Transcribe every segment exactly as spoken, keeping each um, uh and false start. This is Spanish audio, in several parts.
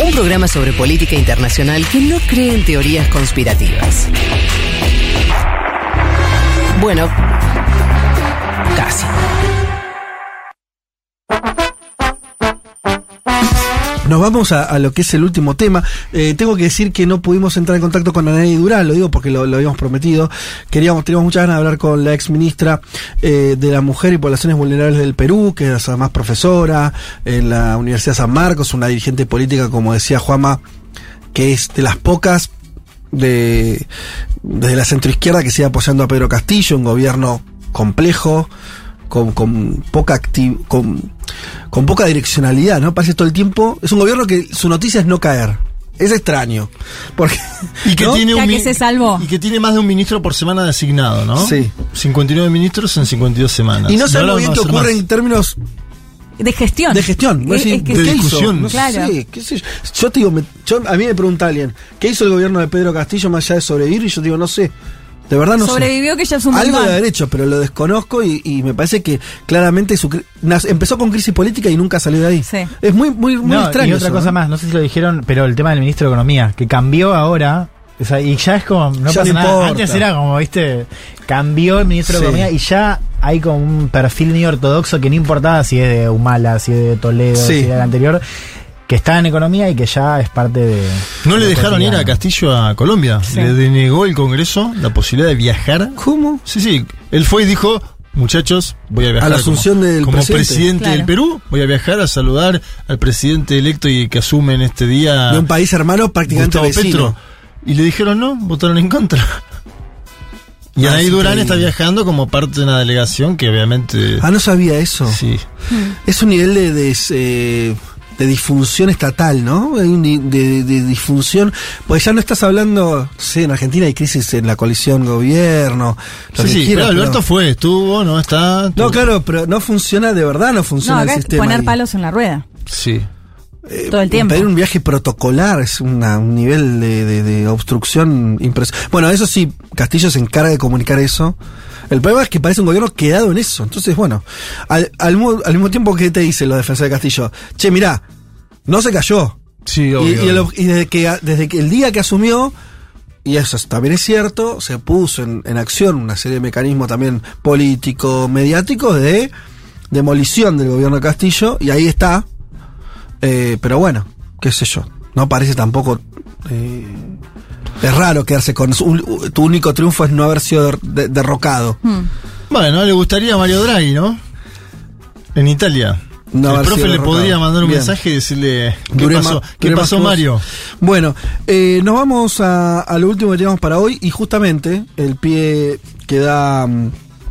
Un programa sobre política internacional que no cree en teorías conspirativas. Bueno, casi. Nos vamos a, a lo que es el último tema. Eh, tengo que decir que no pudimos entrar en contacto con Anaí Durán, lo digo porque lo, lo habíamos prometido. Queríamos, teníamos muchas ganas de hablar con la ex ministra eh, de la Mujer y Poblaciones Vulnerables del Perú, que es además profesora en la Universidad San Marcos, una dirigente política, como decía Juanma, que es de las pocas de desde la centroizquierda que sigue apoyando a Pedro Castillo, un gobierno complejo, con, con poca acti- con, con poca direccionalidad, ¿no? Parece todo el tiempo. Es un gobierno que su noticia es no caer. Es extraño. Porque, y que ¿no? tiene un ya mi- que se salvó. Y que tiene más de un ministro por semana designado, ¿no? Sí. cincuenta y nueve ministros en cincuenta y dos semanas. Y no sabemos bien qué vamos a hacer ocurre más. en términos De gestión. de gestión. Es- es que de ¿qué discusión. hizo? No Claro. sé, qué sé yo. Yo te digo, me- yo, a mí me pregunta alguien, ¿qué hizo el gobierno de Pedro Castillo más allá de sobrevivir? Y yo digo, no sé. De verdad no Sobrevivió, sé. que ya es un Algo montón. de haber hecho, pero lo desconozco y, y me parece que claramente su, cri- nas- empezó con crisis política y nunca salió de ahí. Sí. Es muy, muy, muy No, extraño. y otra eso, cosa ¿no? más, no sé si lo dijeron, pero el tema del ministro de Economía, que cambió ahora, o sea, y ya es como, no Ya pasa no nada. importa. Antes era como, viste, cambió el ministro Sí. de Economía y ya hay como un perfil muy ortodoxo que no importaba si es de Humala, si es de Toledo, Sí. si es del anterior, que está en economía y que ya es parte de... No le de lo dejaron ir a cotidiano. Castillo a Colombia. Sí. Le denegó el Congreso la posibilidad de viajar. ¿Cómo? Sí, sí. Él fue y dijo, muchachos, voy a viajar A la asunción como, del como presidente. presidente, Claro. del Perú. Voy a viajar a saludar al presidente electo y que asume en este día De un país hermano prácticamente Gustavo vecino. Petro. Y le dijeron no, votaron en contra. Y Ah, Anaí es Durán increíble. está viajando como parte de una delegación que obviamente... Ah, no sabía eso. Sí. Es un nivel de, de, eh, de disfunción estatal, ¿no? Hay un di- de, de disfunción. Pues ya no estás hablando, no sé, en Argentina hay crisis en la coalición gobierno. lo Sí, que sí, quieras, pero Alberto pero- fue, estuvo, no está... No, estuvo. claro, pero no funciona, de verdad no No, funciona acá el es sistema. poner ahí. palos en la rueda. Sí. Eh, todo el tiempo. Pedir un viaje protocolar es una- un nivel de, de, de obstrucción impresionante. Bueno, eso sí, Castillo se encarga de comunicar eso. El problema es que parece un gobierno quedado en eso. Entonces, bueno, al, al, mu- al mismo tiempo que te dicen los defensores de Castillo, che, mirá, no se cayó. Sí, Y, obvio. y el- y desde, que, desde que el día que asumió, y eso también es cierto, se puso en, en acción una serie de mecanismos también políticos, mediáticos de demolición del gobierno de Castillo, y ahí está. Eh, pero bueno, qué sé yo, no parece tampoco... eh, es raro quedarse con... su- tu único triunfo es no haber sido der- de- derrocado. Hmm. Bueno, le gustaría a Mario Draghi, ¿no? En Italia. No el haber profe sido le derrocado. podría mandar un Bien. mensaje y decirle qué Duré pasó, ma- qué duré pasó más Mario. cosas. Bueno, eh, nos vamos a, a lo último que tenemos para hoy y justamente el pie que da, mm,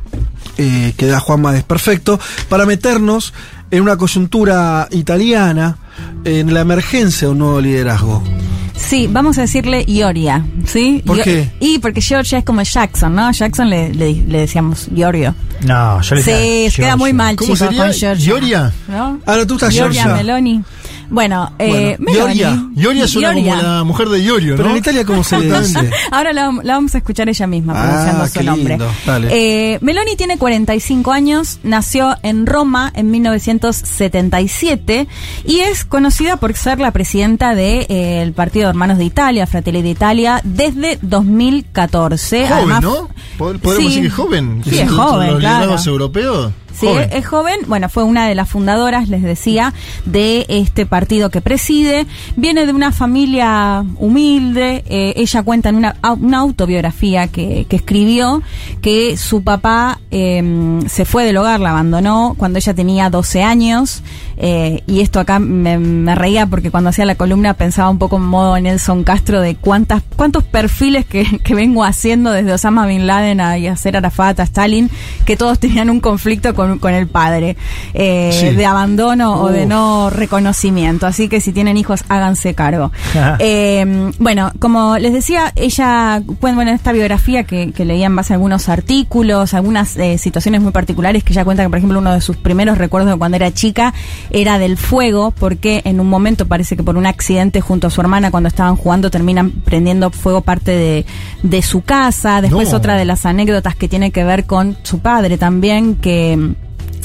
eh, que da Juanma es perfecto para meternos en una coyuntura italiana, en la emergencia de un nuevo liderazgo. Sí, vamos a decirle Ioria, ¿sí? ¿Por Io- qué? Y porque Georgia es como Jackson, ¿no? Jackson le, le, le decíamos Iorio. No, yo le Sí, decía, se queda Giorgio. muy mal, ¿Cómo chicos, sería? con Georgia. ¿Ioria? ¿No? Ah, no, tú estás Giorgia Georgia. Meloni. Bueno, eh, Bueno, Meloni. Ioria. Ioria suena Ioria. como la mujer de Iorio, Pero ¿no? en Italia, ¿cómo se le dice? Ahora la, la vamos a escuchar ella misma Ah, pronunciando qué su nombre. lindo, dale. Eh, Meloni tiene cuarenta y cinco años, nació en Roma en mil novecientos setenta y siete y es conocida por ser la presidenta del de, eh, Partido de Hermanos de Italia, Fratelli d'Italia, desde dos mil catorce. Joven, Además, ¿no? Pod- Podemos sí. decir que es joven. Sí, es Entre joven, los claro. liderazgos europeos. Sí, joven. es joven. Bueno, fue una de las fundadoras, les decía, de este partido que preside. Viene de una familia humilde. Eh, ella cuenta en una, au- una autobiografía que, que escribió que su papá eh, se fue del hogar, la abandonó cuando ella tenía doce años. Eh, y esto acá me, me reía porque cuando hacía la columna pensaba un poco en modo Nelson Castro de cuántas cuántos perfiles que, que vengo haciendo desde Osama Bin Laden a Yasser Arafat a Stalin, que todos tenían un conflicto con, con el padre, eh, Sí. de abandono o de Uf. no reconocimiento. Así que si tienen hijos, háganse cargo. eh, bueno, como les decía, ella, bueno, en esta biografía que, que leía en base a algunos artículos, algunas eh, situaciones muy particulares, que ella cuenta que, por ejemplo, uno de sus primeros recuerdos de cuando era chica era del fuego, porque en un momento parece que por un accidente junto a su hermana cuando estaban jugando terminan prendiendo fuego parte de, de su casa. Después No. otra de las anécdotas que tiene que ver con su padre también, que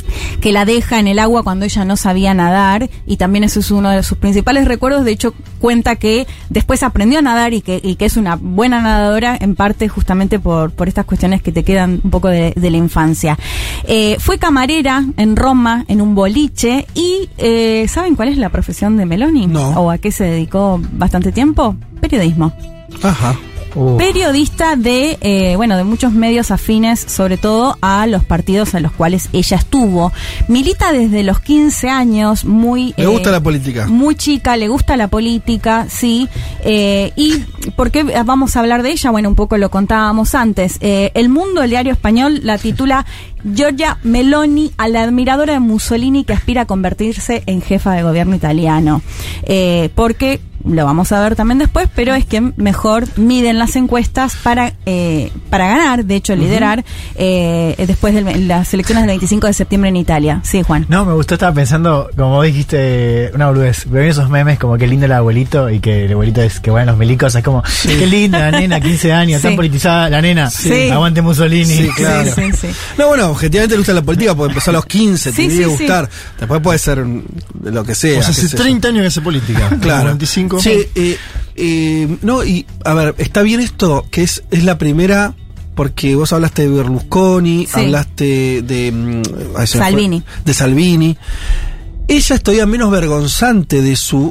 que la deja en el agua cuando ella no sabía nadar, y también eso es uno de sus principales recuerdos. De hecho, cuenta que después aprendió a nadar y que, y que es una buena nadadora, en parte justamente por, por estas cuestiones que te quedan un poco de, de la infancia. Eh, fue camarera en Roma, en un boliche, y eh, ¿saben cuál es la profesión de Meloni? No. ¿O a qué se dedicó bastante tiempo? Periodismo. Ajá. Uh. Periodista de, eh, bueno, de muchos medios afines, sobre todo a los partidos en los cuales ella estuvo. Milita desde los quince años, muy... Me eh, gusta la política. Muy chica, le gusta la política, sí. Eh, ¿Y por qué vamos a hablar de ella? Bueno, un poco lo contábamos antes. Eh, El Mundo, el diario español, la titula Giorgia Meloni, a la admiradora de Mussolini que aspira a convertirse en jefa de gobierno italiano. Eh, porque... lo vamos a ver también después, pero es que mejor miden las encuestas para eh, para ganar, de hecho liderar, uh-huh. eh, después de las elecciones del veinticinco de septiembre en Italia. Sí, Juan. No, me gustó, estaba pensando, como vos dijiste, una boludez. Veo esos memes como que lindo el abuelito y que el abuelito es que bueno, los milicos, es como, sí. Qué linda la nena, quince años, sí. Tan politizada la nena, sí. Aguante Mussolini. Sí, claro. Sí, sí, sí. No, bueno, objetivamente le gusta la política porque empezó a los quince, sí, te tiene sí, que gustar. Sí. Después puede ser lo que sea. O sea, hace treinta años que hace política. Claro. veinticinco. Sí, eh, eh, no, y a ver, está bien esto, que es, es la primera, porque vos hablaste de Berlusconi, sí. hablaste de... Mm, Salvini. Fue, de Salvini. Ella es todavía menos vergonzante de su...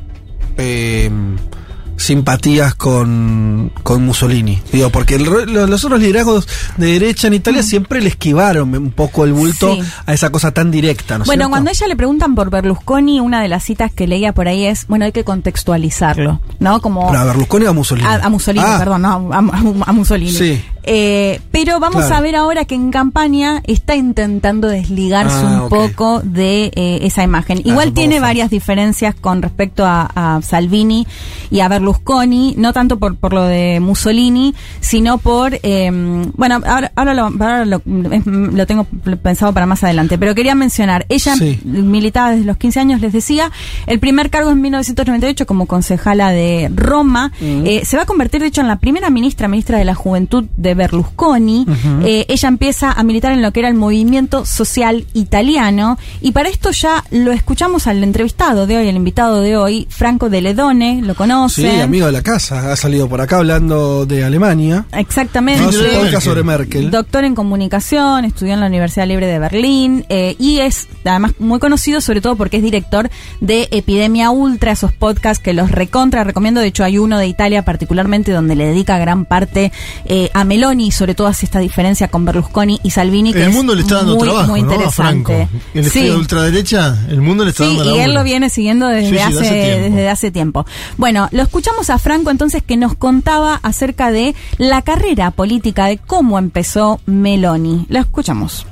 Eh, simpatías con, con Mussolini. Digo, porque el, los otros liderazgos de derecha en Italia mm. siempre le esquivaron un poco el bulto, sí. A esa cosa tan directa, ¿no? Bueno, ¿cierto? Cuando a ella le preguntan por Berlusconi, una de las citas que leía por ahí es, bueno, hay que contextualizarlo, ¿no? Como... ¿Pero a Berlusconi o a Mussolini? A, a Mussolini, ah. perdón, no, a, a, a Mussolini. Sí. Eh, pero vamos claro. a ver ahora que en campaña está intentando desligarse ah, un okay. poco de eh, esa imagen. Igual ah, tiene varias diferencias con respecto a, a Salvini y a Berlusconi, no tanto por, por lo de Mussolini, sino por, eh, bueno, ahora, ahora, lo, ahora lo, lo tengo pensado para más adelante, pero quería mencionar, ella sí. militaba desde los quince años, les decía, el primer cargo en mil novecientos noventa y ocho como concejala de Roma, mm. eh, se va a convertir de hecho en la primera ministra, ministra de la Juventud de Berlusconi. Uh-huh. eh, ella empieza a militar en lo que era el movimiento social italiano, y para esto ya lo escuchamos al entrevistado de hoy, el invitado de hoy, Franco De Ledone, lo conocen. Sí, amigo de la casa, ha salido por acá hablando de Alemania. Exactamente. No, es un podcast sobre Merkel. Doctor en comunicación, estudió en la Universidad Libre de Berlín, eh, y es además muy conocido sobre todo porque es director de Epidemia Ultra, esos podcasts que los recontra recomiendo. De hecho hay uno de Italia particularmente donde le dedica gran parte eh, a Meloni, y sobre todo hace esta diferencia con Berlusconi y Salvini, que el es mundo le está dando muy, trabajo, muy ¿no? interesante. A Franco. El sí. de ultraderecha, el mundo le está sí, dando y la él bola. lo viene siguiendo desde, sí, sí, hace, hace desde hace tiempo. Bueno, lo escuchamos a Franco entonces, que nos contaba acerca de la carrera política, de cómo empezó Meloni. Lo escuchamos.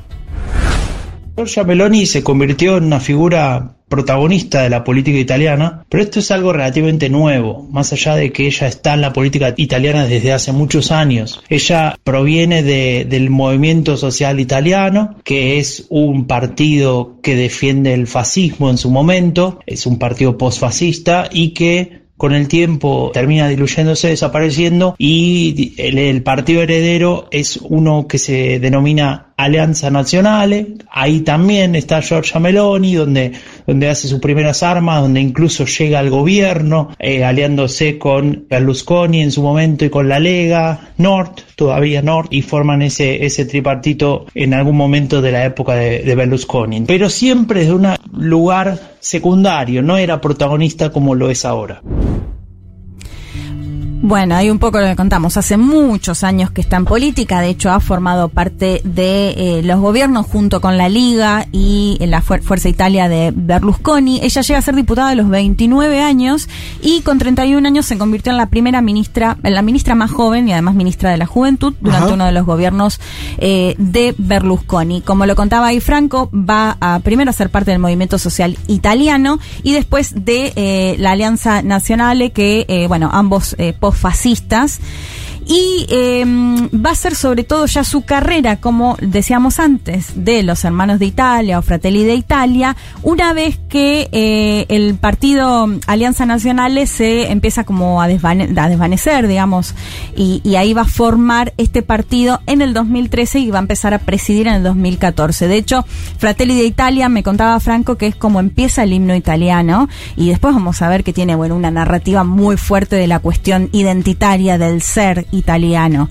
Giorgia Meloni se convirtió en una figura protagonista de la política italiana, pero esto es algo relativamente nuevo, más allá de que ella está en la política italiana desde hace muchos años. Ella proviene de, del movimiento social italiano, que es un partido que defiende el fascismo en su momento, es un partido posfascista y que con el tiempo termina diluyéndose, desapareciendo, y el, el partido heredero es uno que se denomina Alianza Nazionale. Ahí también está Giorgia Meloni, donde, donde hace sus primeras armas, donde incluso llega al gobierno, eh, aliándose con Berlusconi en su momento y con la Lega Nord, todavía Nord, y forman ese, ese tripartito en algún momento de la época de, de Berlusconi. Pero siempre desde un lugar secundario, no era protagonista como lo es ahora. Bueno, ahí un poco lo que contamos. Hace muchos años que está en política, de hecho ha formado parte de eh, los gobiernos junto con la Liga y la Fuer- Fuerza Italia de Berlusconi. Ella llega a ser diputada a los veintinueve años y con treinta y un años se convirtió en la primera ministra, en la ministra más joven y además ministra de la Juventud durante Ajá. uno de los gobiernos eh, de Berlusconi. Como lo contaba ahí Franco, va a primero a ser parte del movimiento social italiano y después de eh, la Alianza Nazionale, que, eh, bueno, ambos eh, fascistas. Y eh, va a ser sobre todo ya su carrera, como decíamos antes, de los Hermanos de Italia o Fratelli de Italia, una vez que eh, el partido Alianza Nazionale se empieza como a, desvane- a desvanecer, digamos, y, y ahí va a formar este partido en el dos mil trece y va a empezar a presidir en el dos mil catorce. De hecho, Fratelli de Italia, me contaba Franco, que es como empieza el himno italiano, y después vamos a ver que tiene, bueno, una narrativa muy fuerte de la cuestión identitaria del ser italiano.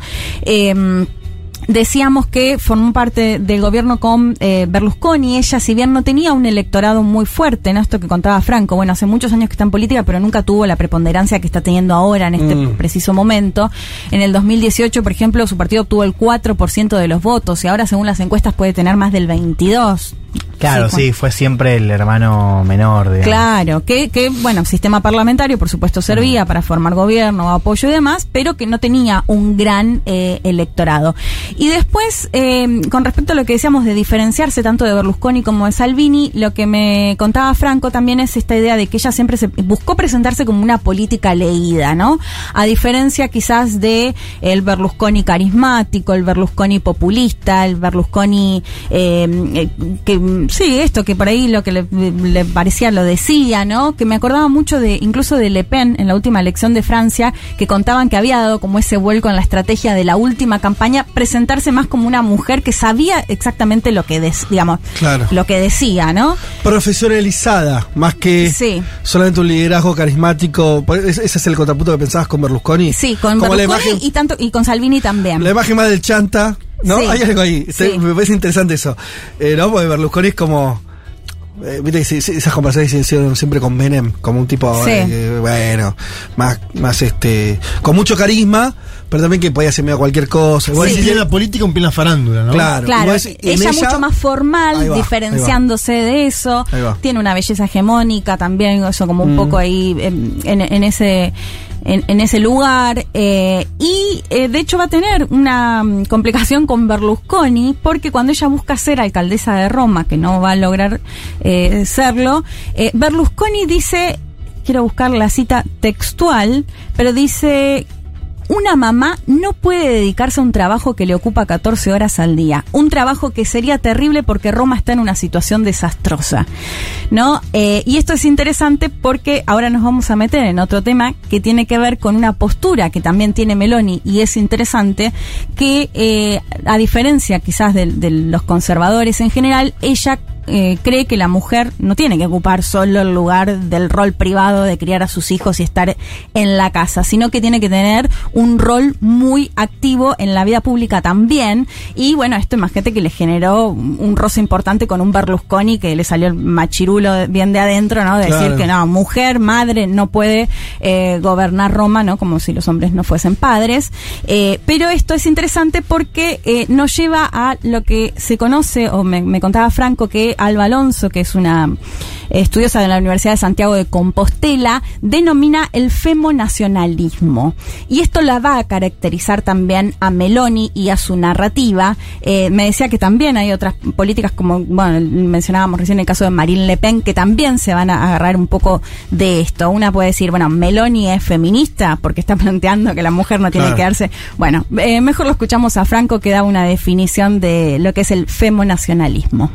Eh, Decíamos que formó parte del gobierno con eh, Berlusconi. Ella, si bien no tenía un electorado muy fuerte, ¿no? Esto que contaba Franco, bueno, hace muchos años que está en política, pero nunca tuvo la preponderancia que está teniendo ahora en este mm. preciso momento. En el dos mil dieciocho, por ejemplo, su partido obtuvo el cuatro por ciento de los votos y ahora, según las encuestas, puede tener más del veintidós por ciento. Claro, sí, sí, fue siempre el hermano menor, digamos. Claro, que, que, bueno, sistema parlamentario, por supuesto, servía mm. para formar gobierno, apoyo y demás, pero que no tenía un gran eh, electorado. Y después, eh, con respecto a lo que decíamos de diferenciarse tanto de Berlusconi como de Salvini, lo que me contaba Franco también es esta idea de que ella siempre se buscó presentarse como una política leída, ¿no? A diferencia quizás de el Berlusconi carismático, el Berlusconi populista, el Berlusconi eh, que sí, esto que por ahí lo que le, le parecía lo decía, ¿no? Que me acordaba mucho de, incluso de Le Pen en la última elección de Francia, que contaban que había dado como ese vuelco en la estrategia de la última campaña, presentarse más como una mujer que sabía exactamente lo que, de, digamos, claro. lo que decía, ¿no? Profesionalizada, más que sí. solamente un liderazgo carismático. ¿Ese es el contrapunto que pensabas con Berlusconi? Sí, con como Berlusconi imagen, y tanto y con Salvini también. La imagen más del chanta, ¿no? Sí. Hay algo ahí. Sí. Me parece interesante eso. Eh, ¿no? Porque Berlusconi es como... Eh, viste, esas conversaciones se hicieron siempre con Menem, como un tipo, sí. eh, bueno, más, más este, con mucho carisma, pero también que podía hacer medio cualquier cosa. Igual sí. si tiene la política, un pie en la farándula, ¿no? Claro, claro. Es, ella, ella mucho más formal, va, diferenciándose de eso. Tiene una belleza hegemónica también, eso como un mm. poco ahí en, en, en ese... En, en ese lugar, eh, y eh, de hecho va a tener una um, complicación con Berlusconi, porque cuando ella busca ser alcaldesa de Roma, que no va a lograr eh, serlo, eh, Berlusconi dice, quiero buscar la cita textual, pero dice: una mamá no puede dedicarse a un trabajo que le ocupa catorce horas al día. Un trabajo que sería terrible porque Roma está en una situación desastrosa, ¿no? Eh, y esto es interesante porque ahora nos vamos a meter en otro tema que tiene que ver con una postura que también tiene Meloni, y es interesante que, eh, a diferencia quizás de, de los conservadores en general, ella Eh, cree que la mujer no tiene que ocupar solo el lugar del rol privado de criar a sus hijos y estar en la casa, sino que tiene que tener un rol muy activo en la vida pública también. Y bueno, esto imagínate que le generó un roce importante con un Berlusconi que le salió el machirulo bien de adentro, ¿no? De claro. decir que no, mujer, madre, no puede eh, gobernar Roma, ¿no? Como si los hombres no fuesen padres. Eh, pero esto es interesante porque eh, nos lleva a lo que se conoce, o me, me contaba Franco, que Alba Alonso, que es una estudiosa de la Universidad de Santiago de Compostela, denomina el femonacionalismo. Y esto la va a caracterizar también a Meloni y a su narrativa. Eh, me decía que también hay otras políticas, como, bueno, mencionábamos recién el caso de Marine Le Pen, que también se van a agarrar un poco de esto. Una puede decir, bueno, Meloni es feminista porque está planteando que la mujer no tiene claro. que quedarse. Bueno, eh, mejor lo escuchamos a Franco, que da una definición de lo que es el femonacionalismo.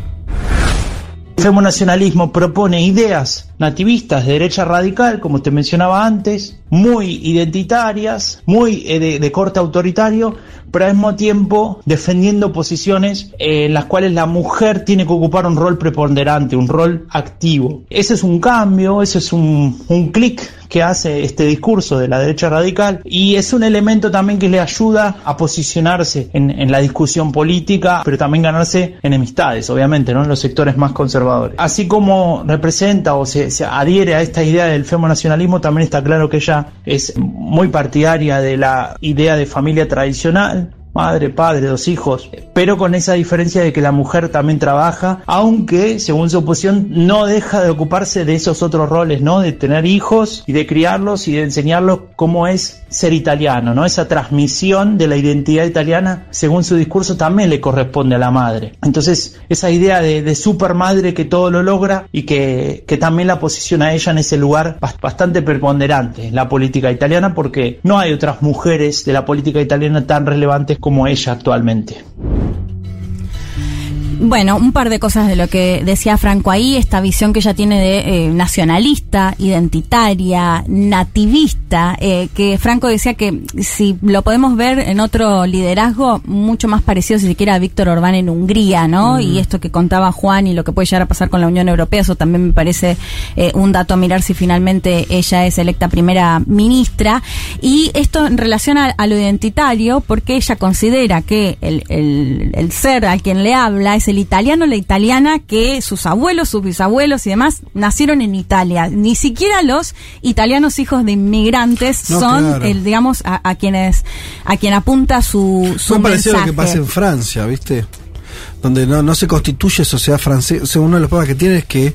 El femonacionalismo propone ideas nativistas de derecha radical, como te mencionaba antes, muy identitarias, muy eh, de, de corte autoritario, pero al mismo tiempo defendiendo posiciones eh, en las cuales la mujer tiene que ocupar un rol preponderante, un rol activo. Ese es un cambio, ese es un, un clic que hace este discurso de la derecha radical, y es un elemento también que le ayuda a posicionarse en, en la discusión política, pero también ganarse enemistades, obviamente, ¿no? En los sectores más conservadores. Así como representa o se, se adhiere a esta idea del femonacionalismo, también está claro que ella es muy partidaria de la idea de familia tradicional, madre, padre, dos hijos, pero con esa diferencia de que la mujer también trabaja, aunque, según su posición, no deja de ocuparse de esos otros roles, ¿no? De tener hijos y de criarlos y de enseñarlos cómo es ser italiano, ¿no? Esa transmisión de la identidad italiana, según su discurso, también le corresponde a la madre. Entonces, esa idea de, de supermadre que todo lo logra y que, que también la posiciona a ella en ese lugar bastante preponderante en la política italiana, porque no hay otras mujeres de la política italiana tan relevantes como ella actualmente. Bueno, un par de cosas de lo que decía Franco ahí, esta visión que ella tiene de eh, nacionalista, identitaria, nativista, eh, que Franco decía que si lo podemos ver en otro liderazgo mucho más parecido, si se quiere, a Víctor Orbán en Hungría, ¿no? Mm. Y esto que contaba Juan y lo que puede llegar a pasar con la Unión Europea, eso también me parece eh, un dato a mirar si finalmente ella es electa primera ministra. Y esto en relación a, a lo identitario, porque ella considera que el, el, el ser a quien le habla es el italiano, la italiana, que sus abuelos, sus bisabuelos y demás nacieron en Italia. Ni siquiera los italianos hijos de inmigrantes no, son, claro. el, digamos, a, a quienes a quien apunta su, su Muy parecido mensaje. a lo que pasa en Francia, ¿viste? Donde no, no se constituye sociedad francesa. O sea, uno de los problemas que tiene es que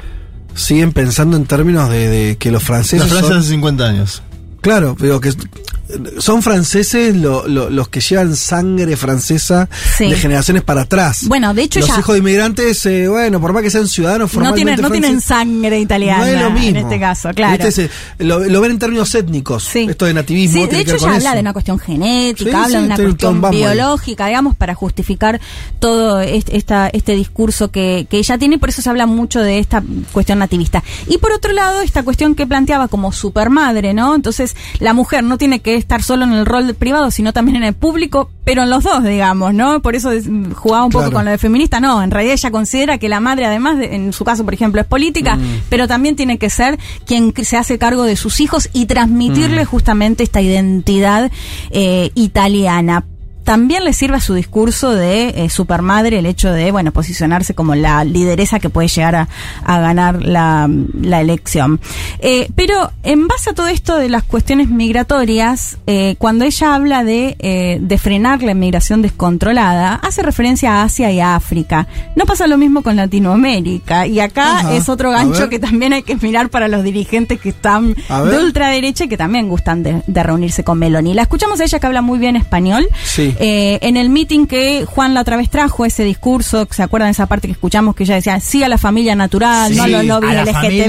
siguen pensando en términos de, de que los franceses La Francia son, hace cincuenta años. Claro, pero que son franceses lo, lo, los que llevan sangre francesa sí. de generaciones para atrás. Bueno, de hecho los ya hijos de inmigrantes, eh, bueno, por más que sean ciudadanos formalmente no tienen, no tienen sangre italiana, no es lo mismo. En este caso, claro. Este es, lo, lo ven en términos étnicos, sí. esto de nativismo. Sí, de hecho ya habla de una cuestión genética, sí, habla sí, de una cuestión biológica, digamos, para justificar todo este, esta, este discurso que, que ella tiene, y por eso se habla mucho de esta cuestión nativista. Y por otro lado, esta cuestión que planteaba como supermadre, ¿no? Entonces, la mujer no tiene que estar solo en el rol privado, sino también en el público, pero en los dos, digamos, ¿no? Por eso jugaba un poco claro. con lo de feminista. No, en realidad ella considera que la madre, además, de, en su caso, por ejemplo, es política, mm. pero también tiene que ser quien se hace cargo de sus hijos y transmitirle mm. justamente esta identidad eh, italiana. También le sirve a su discurso de eh, supermadre el hecho de, bueno, posicionarse como la lideresa que puede llegar a, a ganar la, la elección. Eh, pero en base a todo esto de las cuestiones migratorias, eh, cuando ella habla de, eh, de frenar la inmigración descontrolada, hace referencia a Asia y a África. No pasa lo mismo con Latinoamérica. Y acá Ajá. es otro gancho que también hay que mirar para los dirigentes que están de ultraderecha y que también gustan de, de reunirse con Meloni. La escuchamos a ella que habla muy bien español. Sí. Eh, en el meeting que Juan la otra vez trajo, ese discurso, ¿se acuerdan de esa parte que escuchamos que ella decía sí a la familia natural, sí, no a los lobbies L G T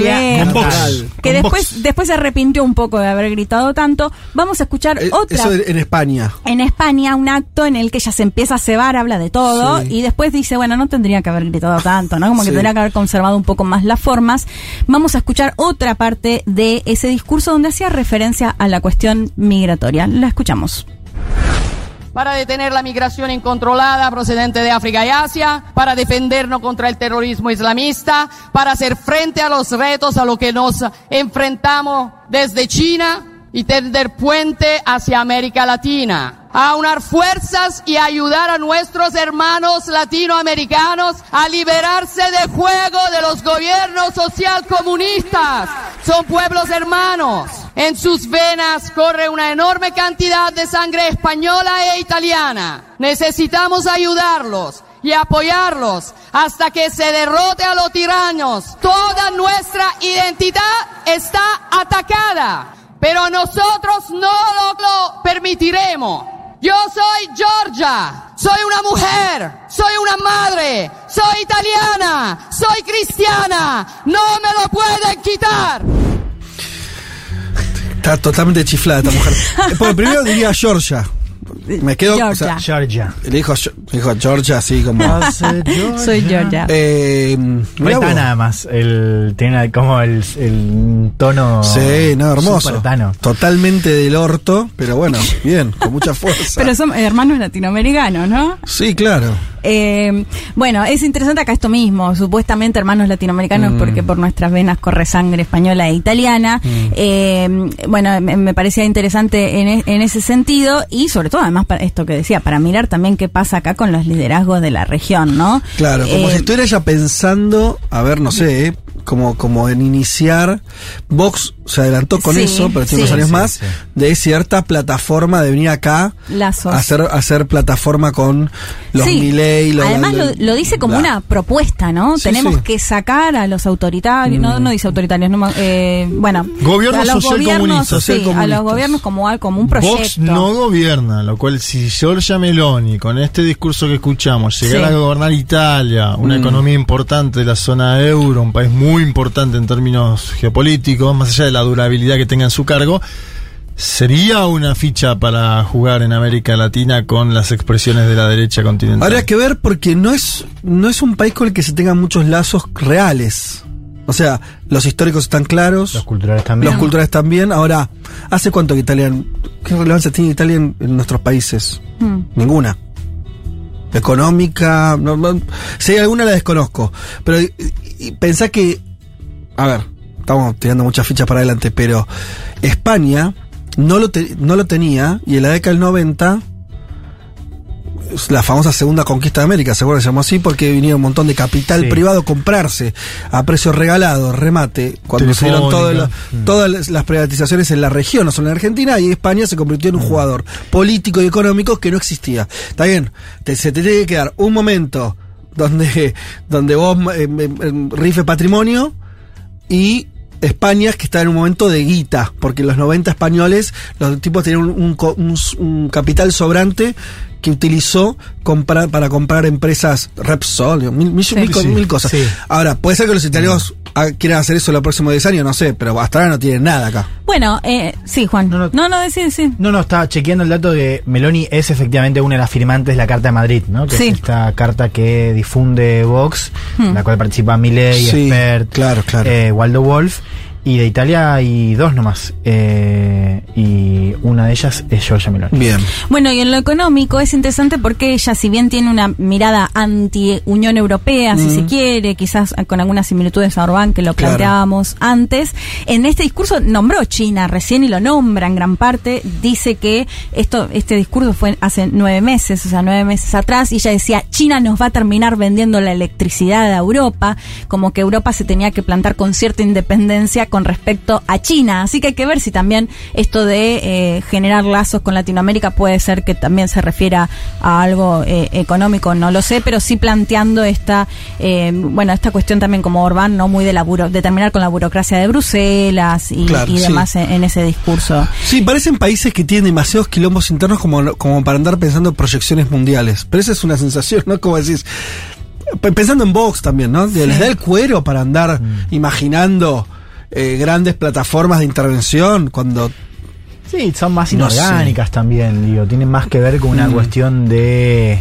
B? Que después, después se arrepintió un poco de haber gritado tanto. Vamos a escuchar eh, otra. Eso en España. En España, un acto en el que ella se empieza a cebar, habla de todo, sí. y después dice, bueno, no tendría que haber gritado tanto, ¿no? Como sí. que tendría que haber conservado un poco más las formas. Vamos a escuchar otra parte de ese discurso donde hacía referencia a la cuestión migratoria. La escuchamos. Para detener la migración incontrolada procedente de África y Asia, para defendernos contra el terrorismo islamista, para hacer frente a los retos a los que nos enfrentamos desde China y tender puente hacia América Latina, a aunar fuerzas y ayudar a nuestros hermanos latinoamericanos a liberarse del juego de los gobiernos socialcomunistas. Son pueblos hermanos. En sus venas corre una enorme cantidad de sangre española e italiana. Necesitamos ayudarlos y apoyarlos hasta que se derrote a los tiranos. Toda nuestra identidad está atacada, pero nosotros no lo, lo permitiremos. Yo soy Giorgia, soy una mujer, soy una madre, soy italiana, soy cristiana, no me lo pueden quitar. Está totalmente chiflada esta mujer. Por primero diría Georgia. Me quedo. Georgia. O sea, Georgia. Le dijo, le dijo Georgia así como. Soy Georgia. Eh, no está nada más. El, tiene como el, el tono. Sí, no, hermoso. Supertano. Totalmente del orto, pero bueno, bien, con mucha fuerza. Pero son hermanos latinoamericanos, ¿no? Sí, claro. Eh, bueno, es interesante acá esto mismo, supuestamente hermanos latinoamericanos, mm. porque por nuestras venas corre sangre española e italiana. Mm. Eh, bueno, me, me parecía interesante en, en ese sentido, y sobre todo además para esto que decía, para mirar también qué pasa acá con los liderazgos de la región, ¿no? Claro, como eh, si estuviera ella pensando, a ver, no sé, eh, como, como en iniciar. Vox se adelantó con Sí, eso, pero tiene sí. unos años Sí, más, sí. de cierta plataforma de venir acá Lazos. a hacer, a hacer plataforma con los Sí. Milei. Los, Además los- lo, lo dice como bla. una propuesta, ¿no? Sí, Tenemos sí. que sacar a los autoritarios, no, no dice autoritarios, no, me- eh, bueno, Gobierno a los social gobiernos, comunista, sí, social a comunistas. los gobiernos como, al- como un proyecto. Vox no gobierna, lo cual si Giorgia Meloni, con este discurso que escuchamos, llegara Sí. a gobernar Italia, una Mm. economía importante de la zona euro, un país muy importante en términos geopolíticos, más allá de la durabilidad que tenga en su cargo, sería una ficha para jugar en América Latina con las expresiones de la derecha continental. Habría que ver porque no es, no es un país con el que se tengan muchos lazos reales. O sea, los históricos están claros. Los culturales también. Los culturales también. Ahora, ¿hace cuánto que Italia, qué relevancia tiene Italia en, en nuestros países? Mm. Ninguna. Económica, no, no, si hay alguna la desconozco. Pero y, y pensá que, a ver, estamos tirando muchas fichas para adelante, pero España no lo, te- no lo tenía y en la década del noventa, la famosa segunda conquista de América, seguro que se llamó así, porque vinieron un montón de capital Sí. privado a comprarse a precio regalado, remate, cuando se dieron Telefónica. todo lo- todas las- las privatizaciones en la región, no solo en Argentina, y España se convirtió en un jugador político y económico que no existía. Está bien, te- se te tiene que dar un momento donde, donde vos eh, eh, rife patrimonio y España, que está en un momento de guita, porque en los noventa españoles los tipos tenían un, un co- un s- un capital sobrante que utilizó comprar, para comprar empresas Repsol, mil, mil, mil co- Sí, mil cosas. sí. Ahora, puede ser que los italianos ah, quieran hacer eso los próximos diez años, no sé, pero hasta ahora no tienen nada acá. Bueno, eh, sí, Juan. No, No, no. no, sí, sí. No, no, estaba chequeando el dato de Meloni es efectivamente una de las firmantes de la Carta de Madrid, ¿no? Que Sí. es esta carta que difunde Vox, Hmm. en la cual participa Milei, Sí, Espert, claro, claro. eh, Waldo Wolf. Y de Italia hay dos nomás. Eh, y una de ellas es Giorgia Meloni. Bien. Bueno, y en lo económico es interesante porque ella, si bien tiene una mirada anti-Unión Europea, si Mm. se quiere, quizás con algunas similitudes a Orbán, que lo Claro. planteábamos antes, en este discurso nombró China recién y lo nombra en gran parte. Dice que esto este discurso fue hace nueve meses, o sea, nueve meses atrás, y ella decía, China nos va a terminar vendiendo la electricidad a Europa, como que Europa se tenía que plantar con cierta independencia con respecto a China. Así que hay que ver si también esto de eh, generar lazos con Latinoamérica puede ser que también se refiera a algo eh, económico, no lo sé, pero sí planteando esta eh, bueno, esta cuestión también como Orbán, no muy de la buro, de terminar con la burocracia de Bruselas y, Claro, y sí. demás en, en ese discurso. Sí, parecen países que tienen demasiados quilombos internos como, como para andar pensando en proyecciones mundiales. Pero esa es una sensación, ¿no? Como decís, p- pensando en Vox también, ¿no? De- Les da el cuero para andar imaginando eh, grandes plataformas de intervención cuando... Sí, son más No inorgánicas también, digo. Tienen más que ver con una Mm. cuestión de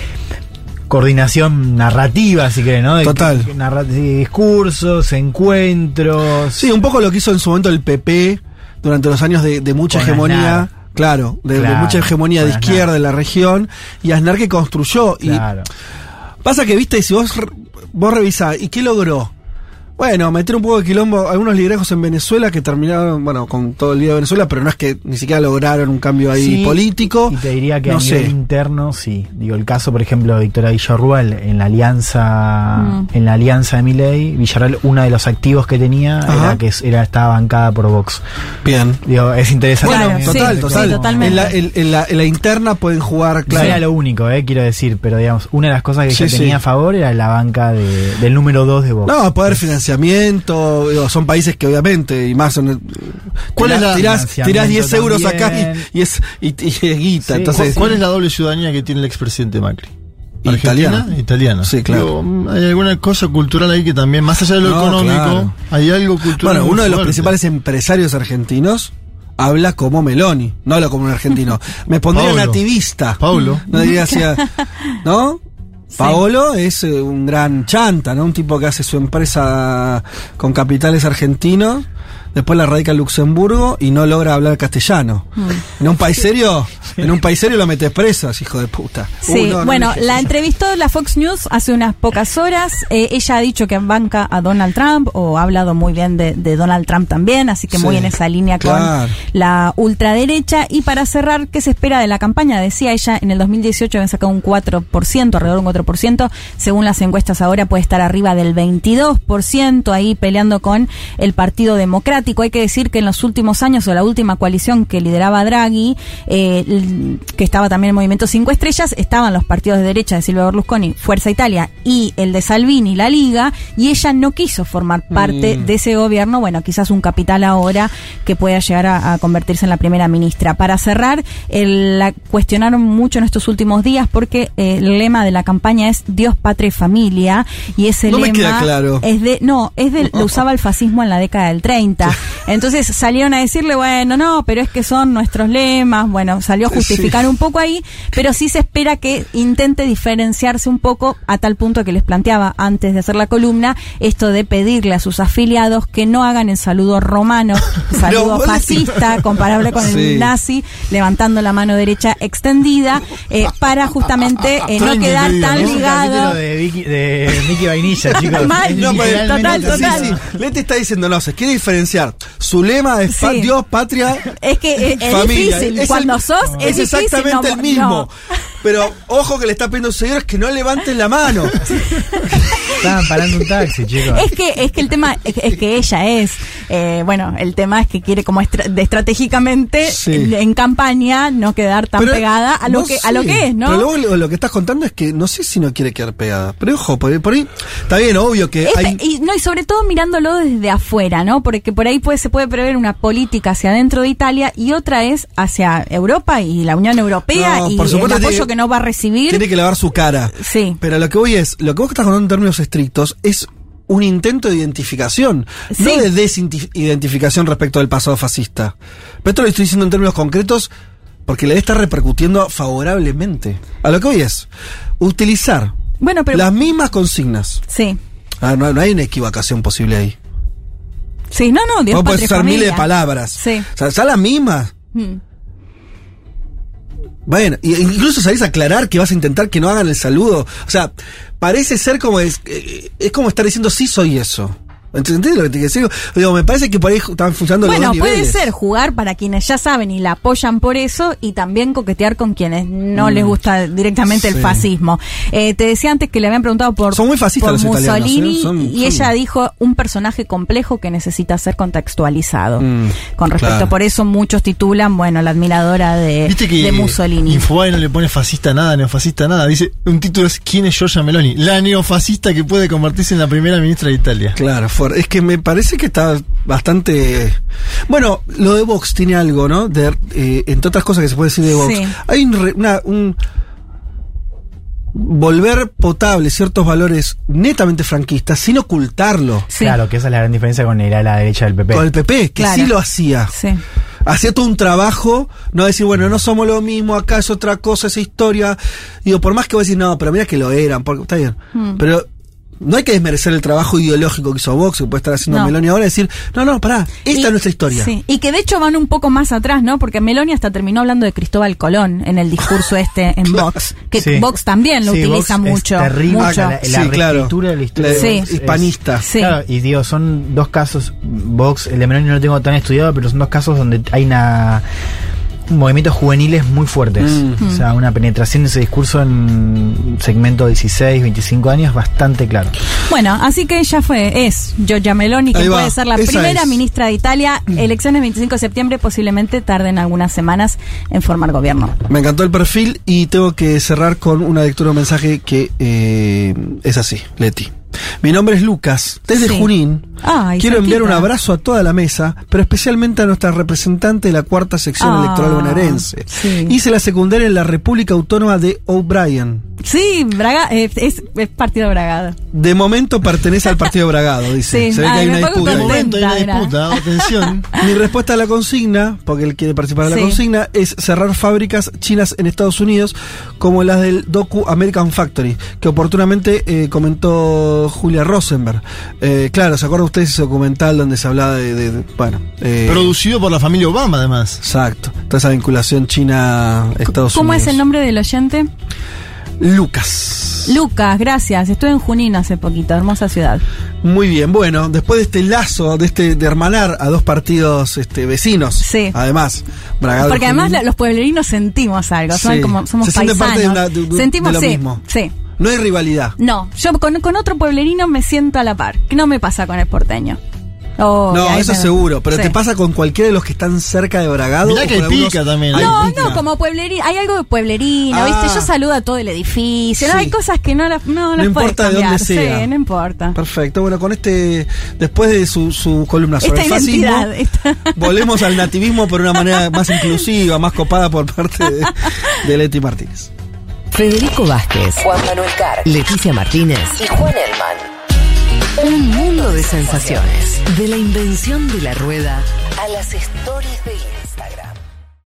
coordinación narrativa, si querés, ¿no? De Total. que- narra- sí, discursos, encuentros. Sí, un poco lo que hizo en su momento el P P durante los años de, de mucha Con hegemonía. Aznar. Claro, de, de Claro, mucha hegemonía de con izquierda Aznar. de la región. Y Aznar que construyó. Claro. Y pasa que, viste, si vos, re- vos revisás, ¿y qué logró? Bueno, meter un poco de quilombo, algunos liderazgos en Venezuela que terminaron, bueno, con todo el día de Venezuela, pero no es que ni siquiera lograron un cambio ahí Sí, político. Y te diría que no a nivel sé. interno, sí. Digo, el caso, por ejemplo, de Victoria Villarruel en la alianza, Mm. en la alianza de Milei, Villarruel, uno de los activos que tenía Ajá. era que es- era, estaba bancada por Vox. Bien. Digo, es interesante. Bueno, Claro, total, sí, total. sí, totalmente. En, la, en- en la, en la interna pueden jugar, No claro. era lo único, eh, quiero decir, pero digamos, una de las cosas que Sí, ella tenía sí. a favor era la banca de- del número dos de Vox. No, poder financiamiento, digo, son países que obviamente, y más son, ¿Cuál es la- tirás, tirás diez euros acá también? y, y es y, y es guita, Sí. entonces ¿Cuál es la doble ciudadanía que tiene el expresidente Macri? Italiana. ¿Argentina? Italiana. Sí, claro. Digo, hay alguna cosa cultural ahí que también, más allá de lo No, económico, claro. hay algo cultural. Bueno, muy uno de los fuerte. principales empresarios argentinos habla como Meloni, no habla como un argentino. Me pondría Paulo. nativista. Paulo. No diría así, ¿no? Paolo es eh, un gran chanta, ¿no? Un tipo que hace su empresa con capitales argentinos. después la radica en Luxemburgo y no logra hablar castellano. Mm. En un país serio, en un país serio lo metes preso, hijo de puta. Sí, uh, no, bueno, no la entrevistó la Fox News hace unas pocas horas. Eh, ella ha dicho que banca a Donald Trump, o ha hablado muy bien de, de Donald Trump también, así que sí, muy en esa línea claro. con la ultraderecha. Y para cerrar, ¿qué se espera de la campaña? Decía ella, en el dos mil dieciocho habían sacado un cuatro por ciento, alrededor de un cuatro por ciento. Según las encuestas ahora puede estar arriba del veintidós por ciento, ahí peleando con el Partido Democrático. Hay que decir que en los últimos años, o la última coalición que lideraba Draghi, eh, que estaba también en Movimiento Cinco Estrellas, estaban los partidos de derecha de Silvio Berlusconi, Fuerza Italia, y el de Salvini, la Liga, y ella no quiso formar parte mm. de ese gobierno. Bueno, quizás un capital ahora que pueda llegar a, a convertirse en la primera ministra. Para cerrar, el, la cuestionaron mucho en estos últimos días porque eh, el lema de la campaña es Dios, Patria y Familia, y ese no lema me queda claro. es de, no, es de, lo usaba el fascismo en la década del treinta. Entonces salieron a decirle, bueno, no, pero es que son nuestros lemas. Bueno, salió a justificar sí. un poco ahí, pero sí se espera que intente diferenciarse un poco, a tal punto que les planteaba antes de hacer la columna, esto de pedirle a sus afiliados que no hagan el saludo romano, saludo no, fascista, comparable con sí. el nazi, levantando la mano derecha extendida, eh, para justamente eh, no quedar tan ¿no? ligado. De, Vicky, de Mickey Vainilla, chicos. Mal, no, pues, total, total. Sí, sí. Leti está diciendo, no, se quiere diferenciar. Su lema es sí. Dios, patria, es que es, familia. Es difícil, es cuando el, sos es, es difícil, exactamente no, el mismo. No. Pero ojo que le está pidiendo a sus seguidores que no levanten la mano. Estaban parando un taxi, chicos. Es que, es que el tema es que, es que ella es, eh, bueno, el tema es que quiere como estra- de estratégicamente sí. en, en campaña no quedar tan pero pegada a lo no que sé. a lo que es, ¿no? Pero luego lo, lo que estás contando es que no sé si no quiere quedar pegada. Pero ojo, por ahí, por ahí está bien, obvio que Esta, hay... y no y sobre todo mirándolo desde afuera, ¿no? Porque por ahí puede, se puede prever una política hacia adentro de Italia y otra es hacia Europa y la Unión Europea no, y el apoyo tiene, que no va a recibir. Tiene que lavar su cara. Sí. Pero lo que voy es, lo que vos estás contando en términos estrictos es un intento de identificación, sí. no de desidentificación respecto del pasado fascista. Pero esto lo estoy diciendo en términos concretos porque le está repercutiendo favorablemente. A lo que voy es utilizar bueno, pero, las mismas consignas. Sí. Ah, no, no hay una equivocación posible ahí. Sí, no, no, Dios, vos podés patria, usar familia. miles de palabras. Sí. O sea, son las mismas. Hmm. Bueno, incluso salís a aclarar que vas a intentar que no hagan el saludo. O sea, parece ser como es, es como estar diciendo sí soy eso. ¿Entendés lo que te quiero decir? Digo, me parece que por ahí están funcionando bueno, los dos niveles. Bueno, puede ser jugar para quienes ya saben y la apoyan por eso y también coquetear con quienes no mm. les gusta directamente sí. el fascismo. Eh, te decía antes que le habían preguntado por, son muy fascistas por los Mussolini italianos, ¿eh? son, y son... ella dijo un personaje complejo que necesita ser contextualizado. Mm, con respecto, claro. Por eso muchos titulan, bueno, la admiradora de, ¿Viste que de Mussolini. Infobae no le pone fascista nada, neofascista nada. Dice, un título es ¿quién es Giorgia Meloni? La neofascista que puede convertirse en la primera ministra de Italia. Claro, es que me parece Parece que está bastante... Bueno, lo de Vox tiene algo, ¿no? De, eh, entre otras cosas que se puede decir de Vox. Sí. Hay un, una, un... volver potable ciertos valores netamente franquistas sin ocultarlo. Sí. Claro, que esa es la gran diferencia con el a la derecha del P P. Con el P P, que claro. sí lo hacía. Sí. Hacía todo un trabajo, no decir, bueno, no somos lo mismo, acá es otra cosa, esa historia. Digo, por más que vos decís, no, pero mira que lo eran, porque, está bien. Hmm. Pero... no hay que desmerecer el trabajo ideológico que hizo Vox, que puede estar haciendo no. Meloni ahora, y decir, no, no, pará, esta y, es nuestra historia. Sí. Y que de hecho van un poco más atrás, ¿no? Porque Meloni hasta terminó hablando de Cristóbal Colón en el discurso este en claro. Vox, que sí. Vox también lo sí, utiliza Vox mucho. Es terrible, mucho. La, la sí, reescritura claro. de la historia sí. de Vox hispanista. Es, sí. Claro, y digo, son dos casos, Vox, el de Meloni no lo tengo tan estudiado, pero son dos casos donde hay una... movimientos juveniles muy fuertes. Mm. O sea, una penetración de ese discurso en segmento dieciséis, veinticinco años bastante claro. Bueno, así que ella fue, es Giorgia Meloni, que puede ser la Esa primera es. ministra de Italia. Mm. Elecciones veinticinco de septiembre, posiblemente tarden algunas semanas en formar gobierno. Me encantó el perfil y tengo que cerrar con una lectura de un mensaje que eh, es así, Leti. Mi nombre es Lucas, desde sí. Junín. Ay, quiero cerquita. enviar un abrazo a toda la mesa, pero especialmente a nuestra representante de la cuarta sección ah, electoral bonaerense. Sí. Hice la secundaria en la República Autónoma de O'Brien. Sí, Braga, es, es, es partido Bragado. De momento pertenece al partido Bragado, dice. Sí. Se ve Ay, que hay una disputa. De momento hay una disputa, atención. Mi respuesta a la consigna, porque él quiere participar de la sí. consigna, es cerrar fábricas chinas en Estados Unidos, como las del docu American Factory, que oportunamente eh, comentó hizo Julia Rosenberg. Eh, claro, ¿se acuerdan ustedes ese documental donde se hablaba de, de, de bueno... Eh, producido por la familia Obama, además. Exacto. Toda esa vinculación China-Estados Unidos. ¿Cómo es el nombre del oyente? Lucas. Lucas, gracias. Estuve en Junín hace poquito, hermosa ciudad. Muy bien, bueno, después de este lazo, de este de hermanar a dos partidos este, vecinos, sí. Además, Bragado porque además la, los pueblerinos sentimos algo, sí. Son como, somos Se siente paisanos. parte de, una, de, de, sentimos, de lo sí, mismo. Sí. No hay rivalidad. No, yo con, con otro pueblerino me siento a la par, que no me pasa con el porteño. Oh, no, eso me... seguro, pero sí. ¿te pasa con cualquiera de los que están cerca de Bragado? Mirá que pica también. No, pica. no, como pueblerino, hay algo de pueblerino, ah, ¿viste? Yo saludo a todo el edificio, sí. no hay cosas que no las no, no las puedes importa cambiar. de dónde sea. Sí, no importa. Perfecto, bueno, con este, después de su, su columna sobre esta el fascismo, esta... volvemos al nativismo por una manera más inclusiva, más copada por parte de, de Leti Martínez. Federico Vázquez, Juan Manuel Carr, Leticia Martínez y Juan Elman. Un mundo de sensaciones. De la invención de la rueda a las stories de